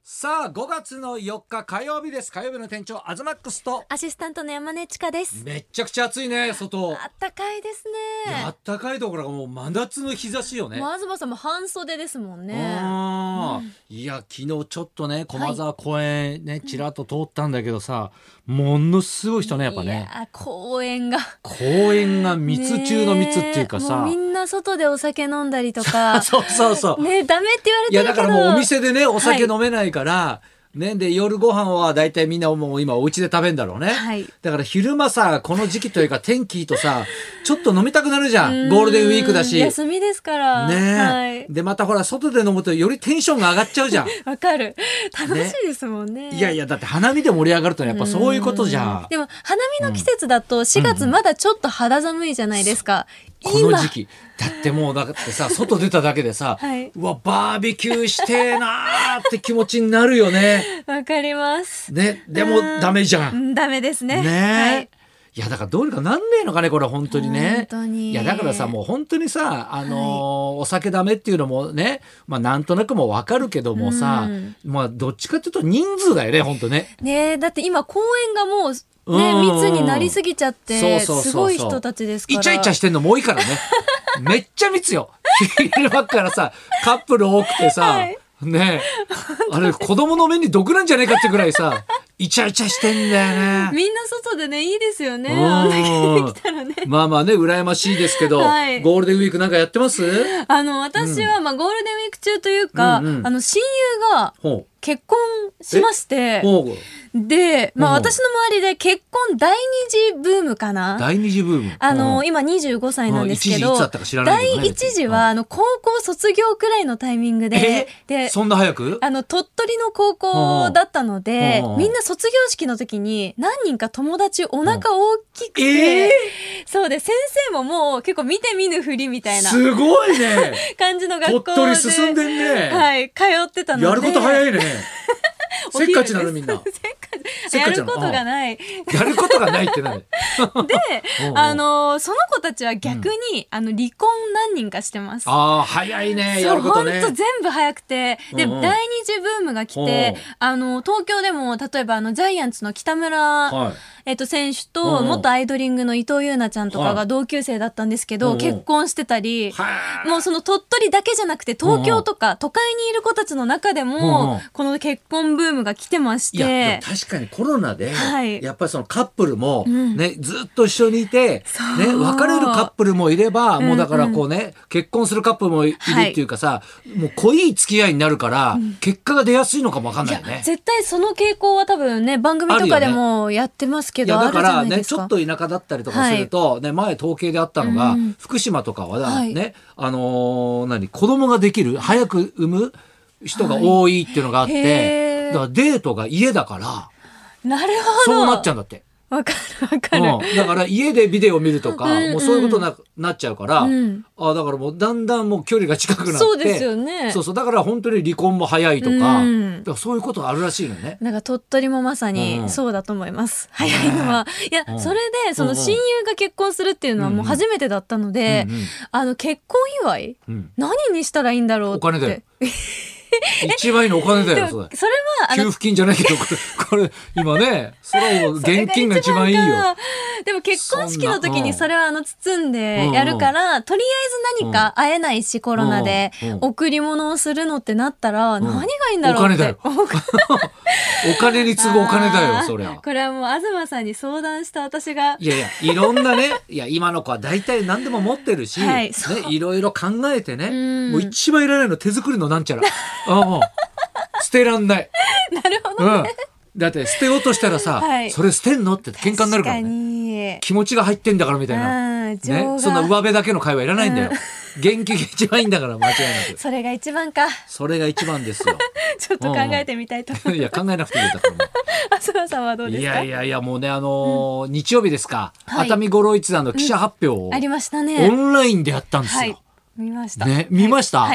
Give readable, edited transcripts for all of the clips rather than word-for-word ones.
さあ5月の4日火曜日です。火曜日の店長アズマックスとアシスタントの山根千佳です。 めっちゃくちゃ暑いね外。 あったかいですね。 あったかいところがもう真夏の日差しよね。 もう東さんも半袖ですもんね。 いや昨日ちょっとね駒沢公園ね、ちらっと通ったんだけどさ、ものすごい人ねやっぱね。 いや公園が密中の密っていうかさ、 もうみんな外でお酒飲んだりとかそうね、ダメって言われてるけど、 いやだからもうお店でねお酒飲めないから、ね、で夜ご飯はだいたいみんなもう今お家で食べんだろうね、だから昼間さこの時期というか天気いいとさちょっと飲みたくなるじゃん。ゴールデンウィークだし休みですからね、でまたほら外で飲むとよりテンションが上がっちゃうじゃん。 わかる、楽しいですもんね。 いやだって花見で盛り上がるとやっぱそういうことじゃん。 でも花見の季節だと4月まだちょっと肌寒いじゃないですか、 この時期だってもうだってさ外出ただけでさ、うわバーベキューしてえなーって気持ちになるよね。 わかりますね。でもダメじゃん。 ダメですね。 いやだからどうにかなんねえのかねこれ本当にね。 本当にいやだからさもう本当にさお酒ダメっていうのもね、まあなんとなくもわかるけどもさ、まあどっちかっていうと人数だよね本当ね。 ね、だって今公園がもうね、密になりすぎちゃってすごい人たちですから。 イチャイチャしてんのも多いからね。めっちゃ密よ。昼間からさカップル多くてさ、ねあれ子供の目に毒なんじゃないかってぐらいさイチャイチャしてんだよね。 みんな外でねいいですよね。来たらねまあね羨ましいですけど、ゴールデンウィークなんかやってます？ 私はまあゴールデンウィーク中というか、親友が結婚しまして、で、まあ私の周りで結婚第二次ブームかな。 第二次ブーム。 今25歳なんですけど、 第一次は高校卒業くらいのタイミングで、 そんな早く？ 鳥取の高校だったので、みんな卒業式の時に何人か友達お腹大きくて、そうで先生ももう結構見て見ぬふりみたいな。 すごいね。 感じの学校で。 鳥取進んでんね。 はい、通ってたので。 やること早いね。せっかちなのみんな。 やることがない。 やることがないって何？で、 その子たちは逆に離婚何人かしてます。 早いね。やることね。 本当全部早くて、で第二次ブームが来て、東京でも例えばジャイアンツの北村選手と元アイドリングの伊藤優奈ちゃんとかが同級生だったんですけど、結婚してたり、もうその鳥取だけじゃなくて東京とか都会にいる子たちの中でもこの結婚ブームが来てまして。 いや確かにコロナでやっぱりそのカップルもねずっと一緒にいてね別れるカップルもいればもうだからこうね結婚するカップルもいるっていうかさ、もう濃い付き合いになるから結果が出やすいのかもわかんないよね。 絶対その傾向は多分ね番組とかでもやってますけど、 だからねちょっと田舎だったりとかするとね、前統計であったのが福島とかはね子供ができる早く産む人が多いっていうのがあって、だからデートが家だからなるほどそうなっちゃうんだって。 わかる、 だから家でビデオ見るとか、もうそういうことになっちゃうから、だからもうだんだんもう距離が近くなって、 そうですよね。 そうだから本当に離婚も早いとか、だからそういうことがあるらしいのね。 なんか鳥取もまさにそうだと思います。早いのは。いや、それでその親友が結婚するっていうのはもう初めてだったので、結婚祝い、何にしたらいいんだろうって。 お金だよ。一番いいのお金だよ。それは給付金じゃないけどこれ今ねそれを現金が一番いいよ。 でも結婚式の時にそれは包んでやるから、とりあえず何か会えないし、コロナで贈り物をするのってなったら何がいいんだろうって。 お金だよ。お金に次ぐお金だよそりゃ。 これはもう東さんに相談した私がいろんなね今の子は大体何でも持ってるし、いろいろ考えてね、もう一番いらないの手作りのなんちゃら捨てらんない。 なるほどね。 だって捨てようとしたらさ、それ捨てんのって喧嘩になるからね。気持ちが入ってんだからみたいな、ね、そんな上辺だけの会話いらないんだよ。元気が一番いいんだから間違いなく。 それが一番か。 それが一番ですよ。 ちょっと考えてみたいと思います。 いや考えなくていいだからもう。 東さんはどうですか？ いやもうね日曜日ですか、熱海五郎一座の記者発表をありましたね。 オンラインでやったんですよ。 見ました。 ね見ました。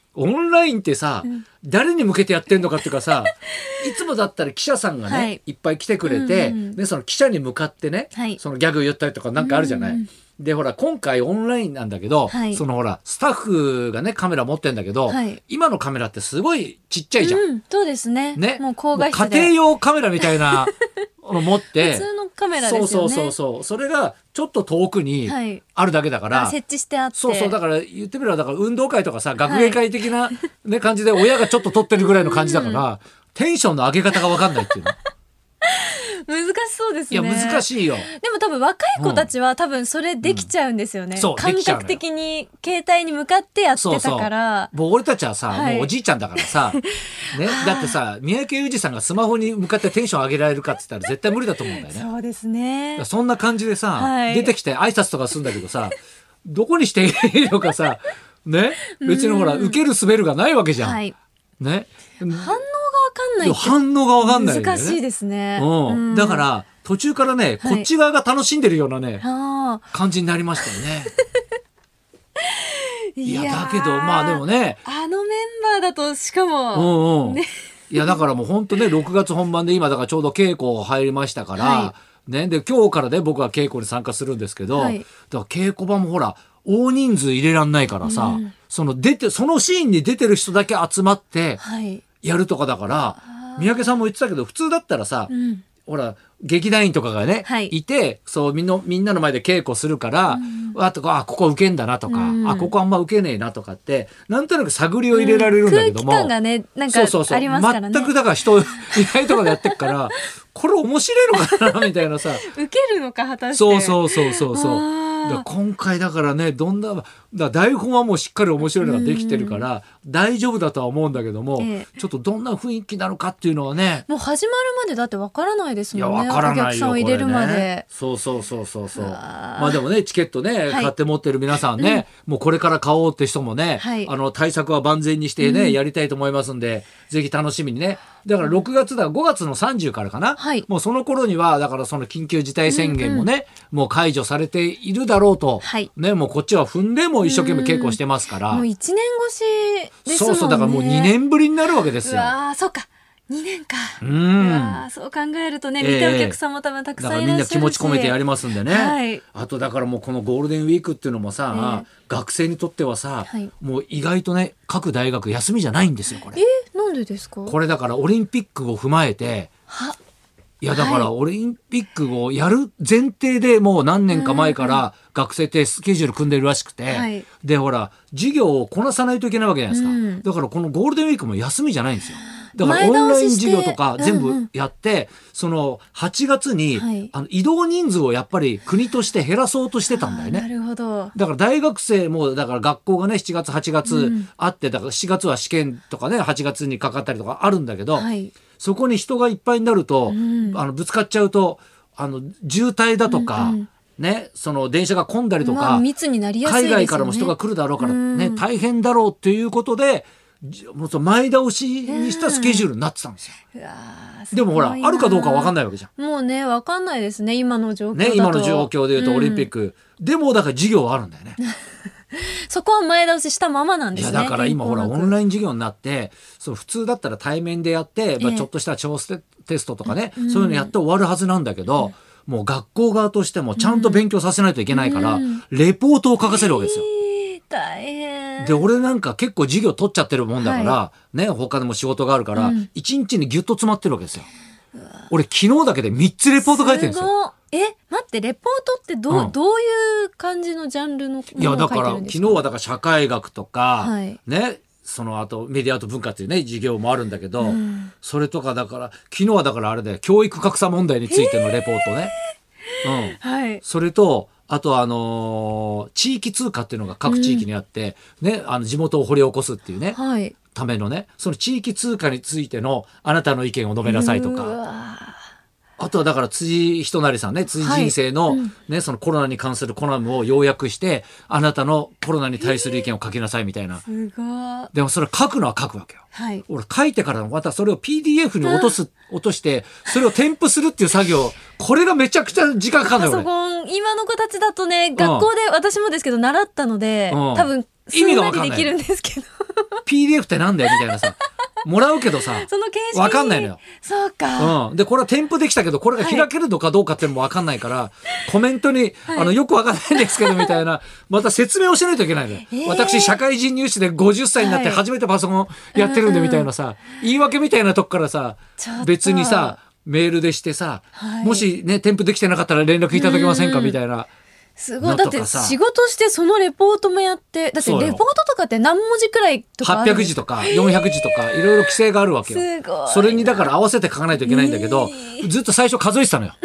オンラインってさ、誰に向けてやってんのかっていうかさ、いつもだったら記者さんがね、いっぱい来てくれて、でその記者に向かってね、そのギャグ言ったりとかなんかあるじゃない。でほら今回オンラインなんだけど、そのほらスタッフがねカメラ持ってんだけど、今のカメラってすごいちっちゃいじゃん。 そうですね。もう高画質で家庭用カメラみたいなの持って普通のカメラですよね。 そうそれがちょっと遠くにあるだけだから、 設置してあって、 そうだから言ってみればだから運動会とかさ学芸会的な、ね感じで親がちょっと撮ってるぐらいの感じだから、テンションの上げ方が分かんないっていうの。 難しそうですね。 いや難しいよ。 でも多分若い子たちは多分それできちゃうんですよね。感覚的に携帯に向かってやってたから。 もう俺たちはさ、もうおじいちゃんだからさ、ね、だってさ三宅裕司さんがスマホに向かってテンション上げられるかって言ったら絶対無理だと思うんだよね。 そうですね。 そんな感じでさ、出てきて挨拶とかするんだけどさ、どこにしていいのかさ、ね、別にほら受ける滑るがないわけじゃん。ね。 反応が分かんない。 反応が分かんない、ね。 難しいですね。 だから途中からね、こっち側が楽しんでるようなね、感じになりましたよね。いやだけどまあでもね、 あのメンバーだとしかも、 いやだからもう本当ね6月本番で今だからちょうど稽古入りましたから、ね、で今日からね僕は稽古に参加するんですけど、だから稽古場もほら大人数入れらんないからさ、そのシーンに出てる人だけ集まってやるとかだから、三宅さんも言ってたけど普通だったらさ、ほら劇団員とかがね、いてそうみんなの前で稽古するから、ここ受けんだなとか、ここあんま受けねえなとかってなんとなく探りを入れられるんだけども、 空気感がねなんかありますからね。 全くだから人いないとかでやってるからこれ面白いのかなみたいなさ受けるのか果たして。 そう今回だからね台本はもうしっかり面白いのができてるから大丈夫だとは思うんだけども、ちょっっとどんな雰囲気なのかっていうのはね、 もう始まるまでだってわからないですもんね。 いやわからないよ、お客さんを入れるまで。 そうまあでもねチケットね、買って持ってる皆さんね、もうこれから買おうって人もね、対策は万全にしてね、やりたいと思いますんでぜひ楽しみにね。だから6月5月の30からかな、もうその頃にはだからその緊急事態宣言もね、もう解除されているだろうと、ね、もうこっちは踏んでも一生懸命稽古してますから、 もう1年越しですもんね。 そうだからもう2年ぶりになるわけですよ。 そうか2年か。そう考えるとね、見てるお客さんも多分たくさんいらっしゃるし、だからみんな気持ち込めてやりますんでね、あとだからもうこのゴールデンウィークっていうのもさ、学生にとってはさ、もう意外とね各大学休みじゃないんですよこれ。 なんでですか？ これだからオリンピックを踏まえて、いやだからオリンピックをやる前提でもう何年か前から学生ってスケジュール組んでるらしくて、でほら授業をこなさないといけないわけじゃないですか、だからこのゴールデンウィークも休みじゃないんですよ。だからオンライン授業とか全部やって、その8月に、移動人数をやっぱり国として減らそうとしてたんだよね。 なるほど。 だから大学生もだから学校がね7月8月あって、だから7月は試験とかね8月にかかったりとかあるんだけど、そこに人がいっぱいになると、ぶつかっちゃうと渋滞だとか、ね、その電車が混んだりとか、 密になりやすいですよね。 海外からも人が来るだろうから、ね、大変だろうっていうことでもう前倒しにしたスケジュールになってたんですよ。でもほらあるかどうか分かんないわけじゃん。 もうね分かんないですね今の状況だと。 今の状況でいうとオリンピック、でもだから授業はあるんだよね。 そこは前倒ししたままなんですね。 いやだから今ほらオンライン授業になって、そう普通だったら対面でやって、ちょっとした調整テストとかね、そういうのやって終わるはずなんだけど、もう学校側としてもちゃんと勉強させないといけないから、レポートを書かせるわけですよ。 大変で俺なんか結構授業取っちゃってるもんだから、ね、他でも仕事があるから、1日にギュッと詰まってるわけですよ。俺昨日だけで3つレポート書いてるんですよ。 待ってレポートってどういう感じのジャンルのものを書いてるんですか？いやだから昨日はだから社会学とか、ね、その後メディアと文化っていうね授業もあるんだけど、それとかだから昨日はだからあれで教育格差問題についてのレポートね、それとあと地域通貨っていうのが各地域にあって、ね、地元を掘り起こすっていうね、ためのね、その地域通貨についてのあなたの意見を述べなさいとか、あとはだから辻仁成さんね、辻人生の、ね、そのコロナに関するコラムを要約してあなたのコロナに対する意見を書きなさいみたいな。 すごい。 でもそれ書くのは書くわけよ、俺書いてからまたそれを PDF に落としてそれを添付するっていう作業、これがめちゃくちゃ時間かかるんだよ。 パソコン今の子たちだとね、学校で私もですけど習ったので、多分意味が分かんない。 できるんですけど PDF ってなんだよみたいなさ、もらうけどさ、 その形式分かんないのよ。 そうか、 でこれは添付できたけどこれが開けるのかどうかっていうのも分かんないから、コメントに、よく分かんないんですけどみたいなまた説明をしないといけないのよ。私社会人入試で50歳になって初めてパソコンやってるんでみたいなさ、言い訳みたいなとこからさ、別にさメールでしてさ、もしね添付できてなかったら連絡いただけませんかみたいな。 すごい。だって仕事してそのレポートもやって、だってレポートとかって何文字くらいとかあるんですか？800 字とか400字とかいろいろ規制があるわけよ。 すごい。 それにだから合わせて書かないといけないんだけど、ずっと最初数えてたのよ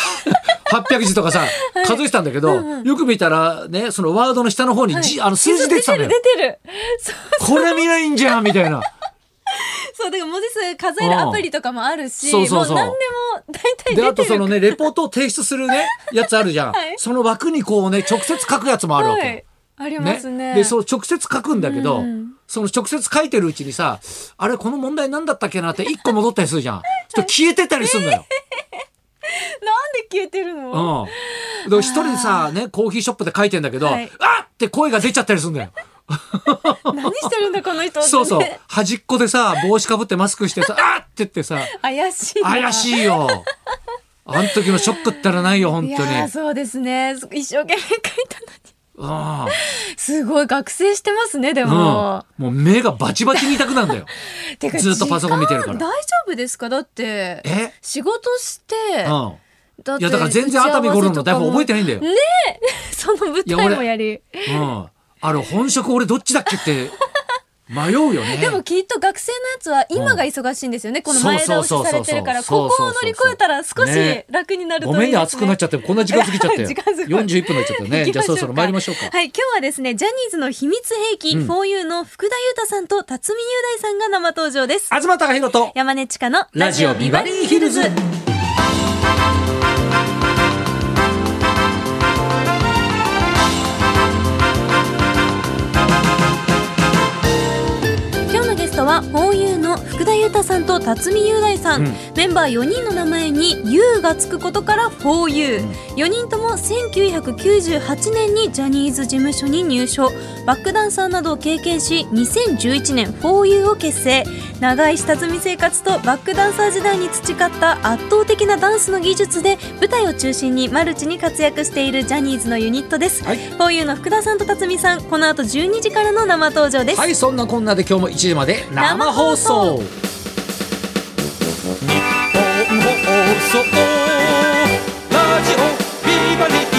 800字とかさ数えてたんだけど、よく見たらね、そのワードの下の方に数字出てたのよ。 出てる。 これ見ないんじゃんみたいな。 そうだから文字数数えるアプリとかもあるし、もう何でも大体出てる。 であとそのねレポートを提出するねやつあるじゃん、その枠にこうね直接書くやつもあるわけよ、 ありますね。 でそう直接書くんだけど、その直接書いてるうちにさ、あれこの問題なんだったっけなって1個戻ったりするじゃん。ちょっと消えてたりするんだよ。 なんで消えてるの？ 一人でさねコーヒーショップで書いてんだけど、あって声が出ちゃったりするんだよ。 何してるんだこの人って、ね、 そうそう、端っこでさ帽子かぶってマスクしてさあって言ってさ怪しいよ。あの時のショックったらないよ本当に。いやそうですね、一生懸命書いたのに。すごい学生してますね。でも、 もう目がバチバチに痛くなるんだよてかずっとパソコン見てるから。 大丈夫ですか？だって仕事して、 いやだから全然熱海五郎の台本覚えてないんだよね。 その舞台もやり、 本職俺どっちだっけって迷うよね。 でもきっと学生のやつは今が忙しいんですよね、この前倒しされてるから、ここを乗り越えたら少し楽になるといいですね。 ごめんね熱くなっちゃって、こんな時間過ぎちゃったよ41分になっちゃったね。じゃあそろそろ参りましょうか。 はい、今日はですねジャニーズの秘密兵器、4U の福田裕太さんと辰巳雄大さんが生登場です。 東貴博と山根千佳のラジオビバリーヒルズ。 は 4U の福田裕太さんと辰巳雄大さん、メンバー4人の名前に U がつくことから 4U、4人とも1998年にジャニーズ事務所に入所、バックダンサーなどを経験し2011年 4U を結成。長い下積み生活とバックダンサー時代に培った圧倒的なダンスの技術で舞台を中心にマルチに活躍しているジャニーズのユニットです、4U の福田さんと辰巳さん、この後12時からの生登場です。 はい、そんなこんなで今日も1時まで生放送。日本放送ラジオビバリー